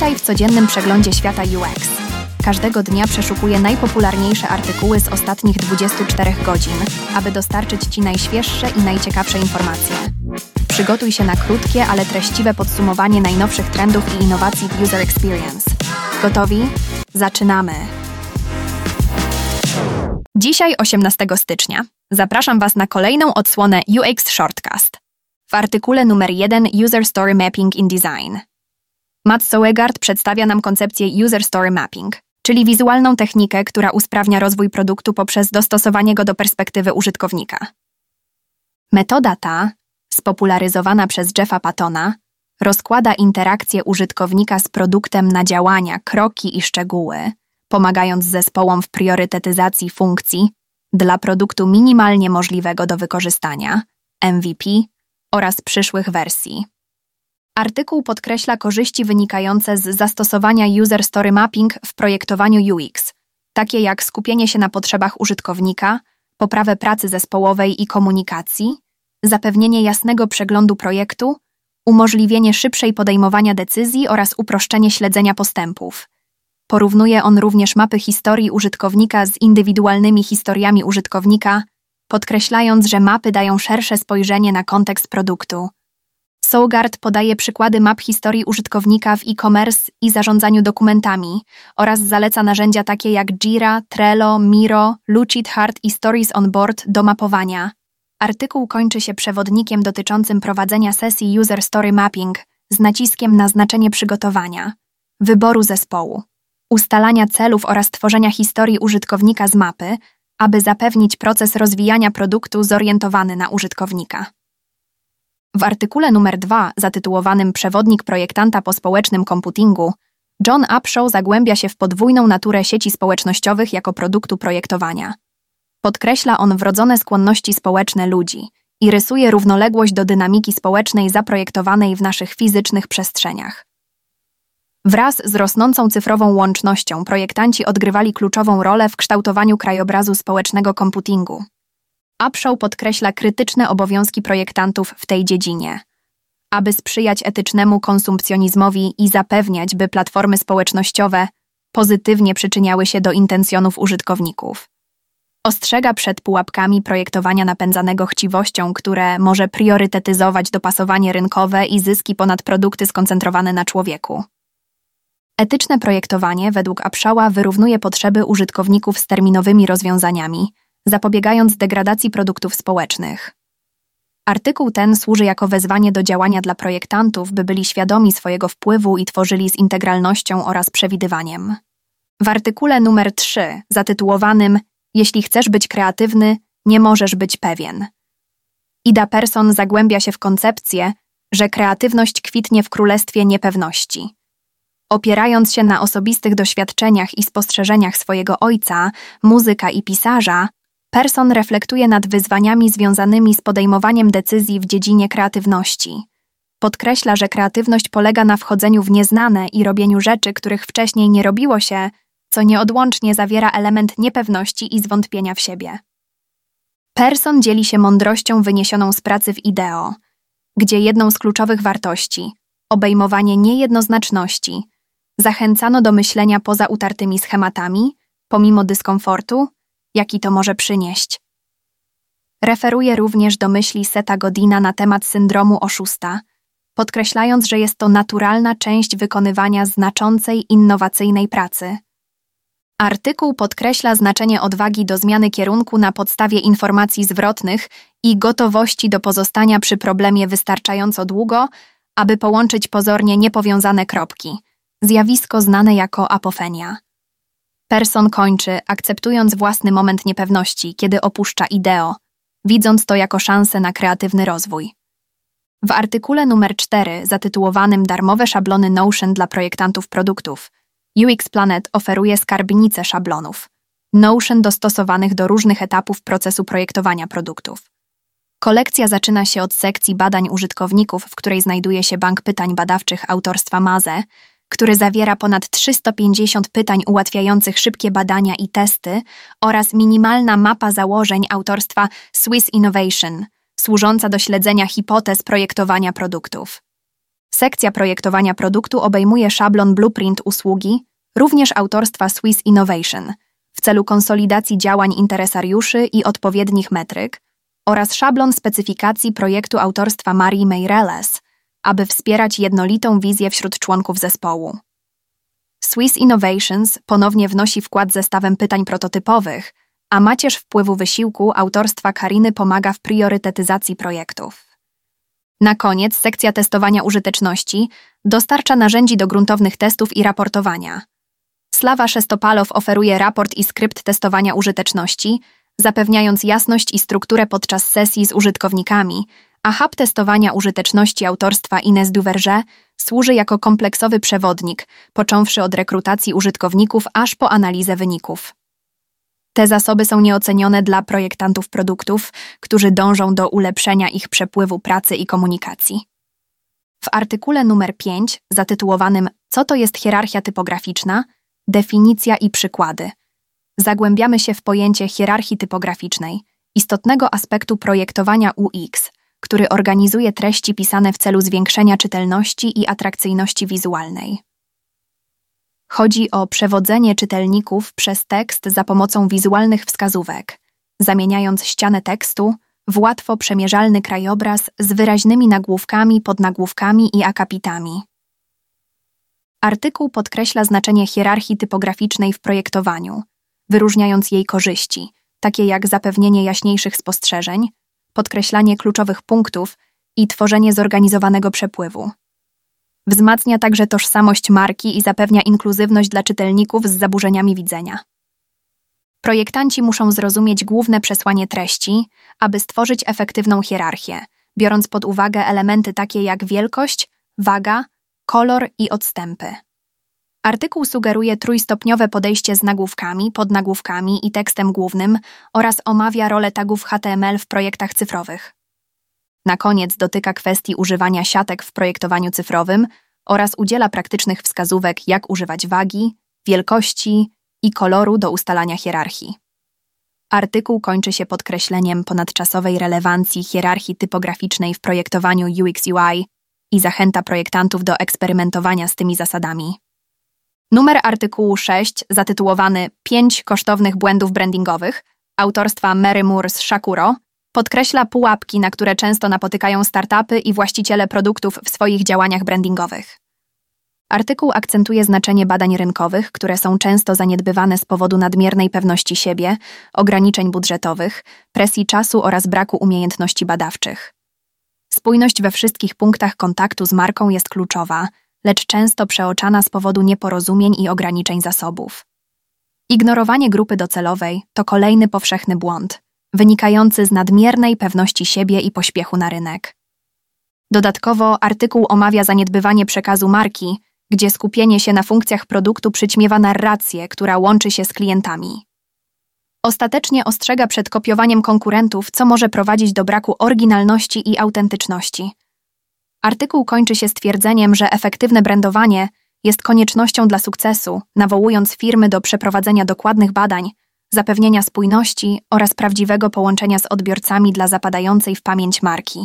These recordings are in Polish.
Witaj w codziennym przeglądzie świata UX. Każdego dnia przeszukuję najpopularniejsze artykuły z ostatnich 24 godzin, aby dostarczyć Ci najświeższe i najciekawsze informacje. Przygotuj się na krótkie, ale treściwe podsumowanie najnowszych trendów i innowacji w User Experience. Gotowi? Zaczynamy! Dzisiaj, 18 stycznia, zapraszam Was na kolejną odsłonę UX Shortcast. W artykule numer 1 User Story Mapping in Design. Matt Soegard przedstawia nam koncepcję User Story Mapping, czyli wizualną technikę, która usprawnia rozwój produktu poprzez dostosowanie go do perspektywy użytkownika. Metoda ta, spopularyzowana przez Jeffa Pattona, rozkłada interakcję użytkownika z produktem na działania, kroki i szczegóły, pomagając zespołom w priorytetyzacji funkcji dla produktu minimalnie możliwego do wykorzystania, MVP, oraz przyszłych wersji. Artykuł podkreśla korzyści wynikające z zastosowania User Story Mapping w projektowaniu UX, takie jak skupienie się na potrzebach użytkownika, poprawę pracy zespołowej i komunikacji, zapewnienie jasnego przeglądu projektu, umożliwienie szybszej podejmowania decyzji oraz uproszczenie śledzenia postępów. Porównuje on również mapy historii użytkownika z indywidualnymi historiami użytkownika, podkreślając, że mapy dają szersze spojrzenie na kontekst produktu. Soegard podaje przykłady map historii użytkownika w e-commerce i zarządzaniu dokumentami oraz zaleca narzędzia takie jak Jira, Trello, Miro, Lucidchart i Stories on Board do mapowania. Artykuł kończy się przewodnikiem dotyczącym prowadzenia sesji User Story Mapping z naciskiem na znaczenie przygotowania, wyboru zespołu, ustalania celów oraz tworzenia historii użytkownika z mapy, aby zapewnić proces rozwijania produktu zorientowany na użytkownika. W artykule numer 2, zatytułowanym Przewodnik projektanta po społecznym komputingu, John Upshaw zagłębia się w podwójną naturę sieci społecznościowych jako produktu projektowania. Podkreśla on wrodzone skłonności społeczne ludzi i rysuje równoległość do dynamiki społecznej zaprojektowanej w naszych fizycznych przestrzeniach. Wraz z rosnącą cyfrową łącznością projektanci odgrywali kluczową rolę w kształtowaniu krajobrazu społecznego komputingu. Upshaw podkreśla krytyczne obowiązki projektantów w tej dziedzinie, aby sprzyjać etycznemu konsumpcjonizmowi i zapewniać, by platformy społecznościowe pozytywnie przyczyniały się do intencjonów użytkowników. Ostrzega przed pułapkami projektowania napędzanego chciwością, które może priorytetyzować dopasowanie rynkowe i zyski ponad produkty skoncentrowane na człowieku. Etyczne projektowanie według Upshawa wyrównuje potrzeby użytkowników z terminowymi rozwiązaniami, zapobiegając degradacji produktów społecznych. Artykuł ten służy jako wezwanie do działania dla projektantów, by byli świadomi swojego wpływu i tworzyli z integralnością oraz przewidywaniem. W artykule numer 3, zatytułowanym Jeśli chcesz być kreatywny, nie możesz być pewien, Ida Persson zagłębia się w koncepcję, że kreatywność kwitnie w królestwie niepewności. Opierając się na osobistych doświadczeniach i spostrzeżeniach swojego ojca, muzyka i pisarza, Persson reflektuje nad wyzwaniami związanymi z podejmowaniem decyzji w dziedzinie kreatywności. Podkreśla, że kreatywność polega na wchodzeniu w nieznane i robieniu rzeczy, których wcześniej nie robiło się, co nieodłącznie zawiera element niepewności i zwątpienia w siebie. Persson dzieli się mądrością wyniesioną z pracy w IDEO, gdzie jedną z kluczowych wartości, obejmowanie niejednoznaczności, zachęcano do myślenia poza utartymi schematami, pomimo dyskomfortu, jaki to może przynieść. Referuje również do myśli Setha Godina na temat syndromu oszusta, podkreślając, że jest to naturalna część wykonywania znaczącej, innowacyjnej pracy. Artykuł podkreśla znaczenie odwagi do zmiany kierunku na podstawie informacji zwrotnych i gotowości do pozostania przy problemie wystarczająco długo, aby połączyć pozornie niepowiązane kropki, zjawisko znane jako apofenia. Persson kończy, akceptując własny moment niepewności, kiedy opuszcza IDEO, widząc to jako szansę na kreatywny rozwój. W artykule numer 4, zatytułowanym Darmowe szablony Notion dla projektantów produktów, UX Planet oferuje skarbnicę szablonów, Notion dostosowanych do różnych etapów procesu projektowania produktów. Kolekcja zaczyna się od sekcji badań użytkowników, w której znajduje się bank pytań badawczych autorstwa Maze, który zawiera ponad 350 pytań ułatwiających szybkie badania i testy oraz minimalna mapa założeń autorstwa Swiss Innovation, służąca do śledzenia hipotez projektowania produktów. Sekcja projektowania produktu obejmuje szablon blueprint usługi, również autorstwa Swiss Innovation, w celu konsolidacji działań interesariuszy i odpowiednich metryk, oraz szablon specyfikacji projektu autorstwa Marii Meireles, aby wspierać jednolitą wizję wśród członków zespołu. Swiss Innovations ponownie wnosi wkład zestawem pytań prototypowych, a macierz wpływu wysiłku autorstwa Kariny pomaga w priorytetyzacji projektów. Na koniec sekcja testowania użyteczności dostarcza narzędzi do gruntownych testów i raportowania. Slawa Szestopalow oferuje raport i skrypt testowania użyteczności, zapewniając jasność i strukturę podczas sesji z użytkownikami, a hub testowania użyteczności autorstwa Ines Duverger służy jako kompleksowy przewodnik, począwszy od rekrutacji użytkowników aż po analizę wyników. Te zasoby są nieocenione dla projektantów produktów, którzy dążą do ulepszenia ich przepływu pracy i komunikacji. W artykule numer 5, zatytułowanym „Co to jest hierarchia typograficzna? Definicja i przykłady”, zagłębiamy się w pojęcie hierarchii typograficznej, istotnego aspektu projektowania UX, który organizuje treści pisane w celu zwiększenia czytelności i atrakcyjności wizualnej. Chodzi o przewodzenie czytelników przez tekst za pomocą wizualnych wskazówek, zamieniając ścianę tekstu w łatwo przemierzalny krajobraz z wyraźnymi nagłówkami, podnagłówkami i akapitami. Artykuł podkreśla znaczenie hierarchii typograficznej w projektowaniu, wyróżniając jej korzyści, takie jak zapewnienie jaśniejszych spostrzeżeń, podkreślanie kluczowych punktów i tworzenie zorganizowanego przepływu. Wzmacnia także tożsamość marki i zapewnia inkluzywność dla czytelników z zaburzeniami widzenia. Projektanci muszą zrozumieć główne przesłanie treści, aby stworzyć efektywną hierarchię, biorąc pod uwagę elementy takie jak wielkość, waga, kolor i odstępy. Artykuł sugeruje trójstopniowe podejście z nagłówkami, podnagłówkami i tekstem głównym oraz omawia rolę tagów HTML w projektach cyfrowych. Na koniec dotyka kwestii używania siatek w projektowaniu cyfrowym oraz udziela praktycznych wskazówek, jak używać wagi, wielkości i koloru do ustalania hierarchii. Artykuł kończy się podkreśleniem ponadczasowej relewancji hierarchii typograficznej w projektowaniu UX/UI i zachęta projektantów do eksperymentowania z tymi zasadami. Numer artykułu 6, zatytułowany 5 kosztownych błędów brandingowych, autorstwa Mary Moore z Shakuro, podkreśla pułapki, na które często napotykają startupy i właściciele produktów w swoich działaniach brandingowych. Artykuł akcentuje znaczenie badań rynkowych, które są często zaniedbywane z powodu nadmiernej pewności siebie, ograniczeń budżetowych, presji czasu oraz braku umiejętności badawczych. Spójność we wszystkich punktach kontaktu z marką jest kluczowa, lecz często przeoczana z powodu nieporozumień i ograniczeń zasobów. Ignorowanie grupy docelowej to kolejny powszechny błąd, wynikający z nadmiernej pewności siebie i pośpiechu na rynek. Dodatkowo artykuł omawia zaniedbywanie przekazu marki, gdzie skupienie się na funkcjach produktu przyćmiewa narrację, która łączy się z klientami. Ostatecznie ostrzega przed kopiowaniem konkurentów, co może prowadzić do braku oryginalności i autentyczności. Artykuł kończy się stwierdzeniem, że efektywne brandowanie jest koniecznością dla sukcesu, nawołując firmy do przeprowadzenia dokładnych badań, zapewnienia spójności oraz prawdziwego połączenia z odbiorcami dla zapadającej w pamięć marki.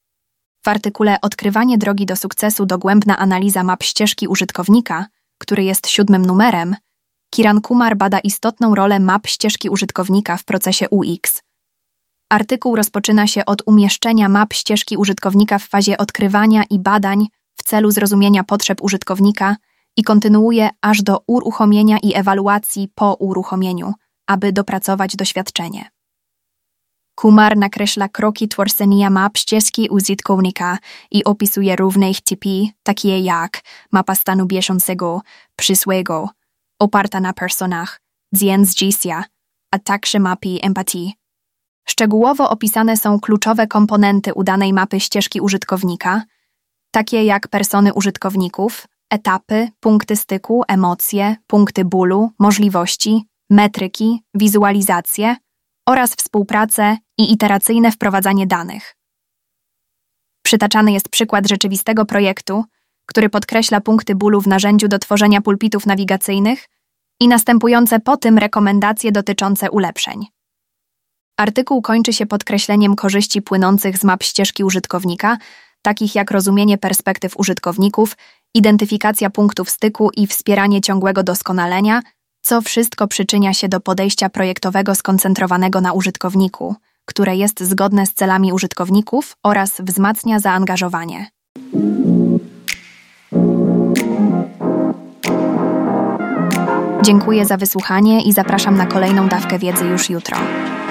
W artykule Odkrywanie drogi do sukcesu, dogłębna analiza map ścieżki użytkownika, który jest 7. numerem, Kiran Kumar bada istotną rolę map ścieżki użytkownika w procesie UX. Artykuł rozpoczyna się od umieszczenia map ścieżki użytkownika w fazie odkrywania i badań w celu zrozumienia potrzeb użytkownika i kontynuuje aż do uruchomienia i ewaluacji po uruchomieniu, aby dopracować doświadczenie. Kumar nakreśla kroki tworzenia map ścieżki użytkownika i opisuje różne ich typy, takie jak mapa stanu bieżącego, przyszłego, oparta na personach, zdjęć życia, a także mapy empatii. Szczegółowo opisane są kluczowe komponenty udanej mapy ścieżki użytkownika, takie jak persony użytkowników, etapy, punkty styku, emocje, punkty bólu, możliwości, metryki, wizualizacje oraz współpracę i iteracyjne wprowadzanie danych. Przytaczany jest przykład rzeczywistego projektu, który podkreśla punkty bólu w narzędziu do tworzenia pulpitów nawigacyjnych i następujące po tym rekomendacje dotyczące ulepszeń. Artykuł kończy się podkreśleniem korzyści płynących z map ścieżki użytkownika, takich jak rozumienie perspektyw użytkowników, identyfikacja punktów styku i wspieranie ciągłego doskonalenia, co wszystko przyczynia się do podejścia projektowego skoncentrowanego na użytkowniku, które jest zgodne z celami użytkowników oraz wzmacnia zaangażowanie. Dziękuję za wysłuchanie i zapraszam na kolejną dawkę wiedzy już jutro.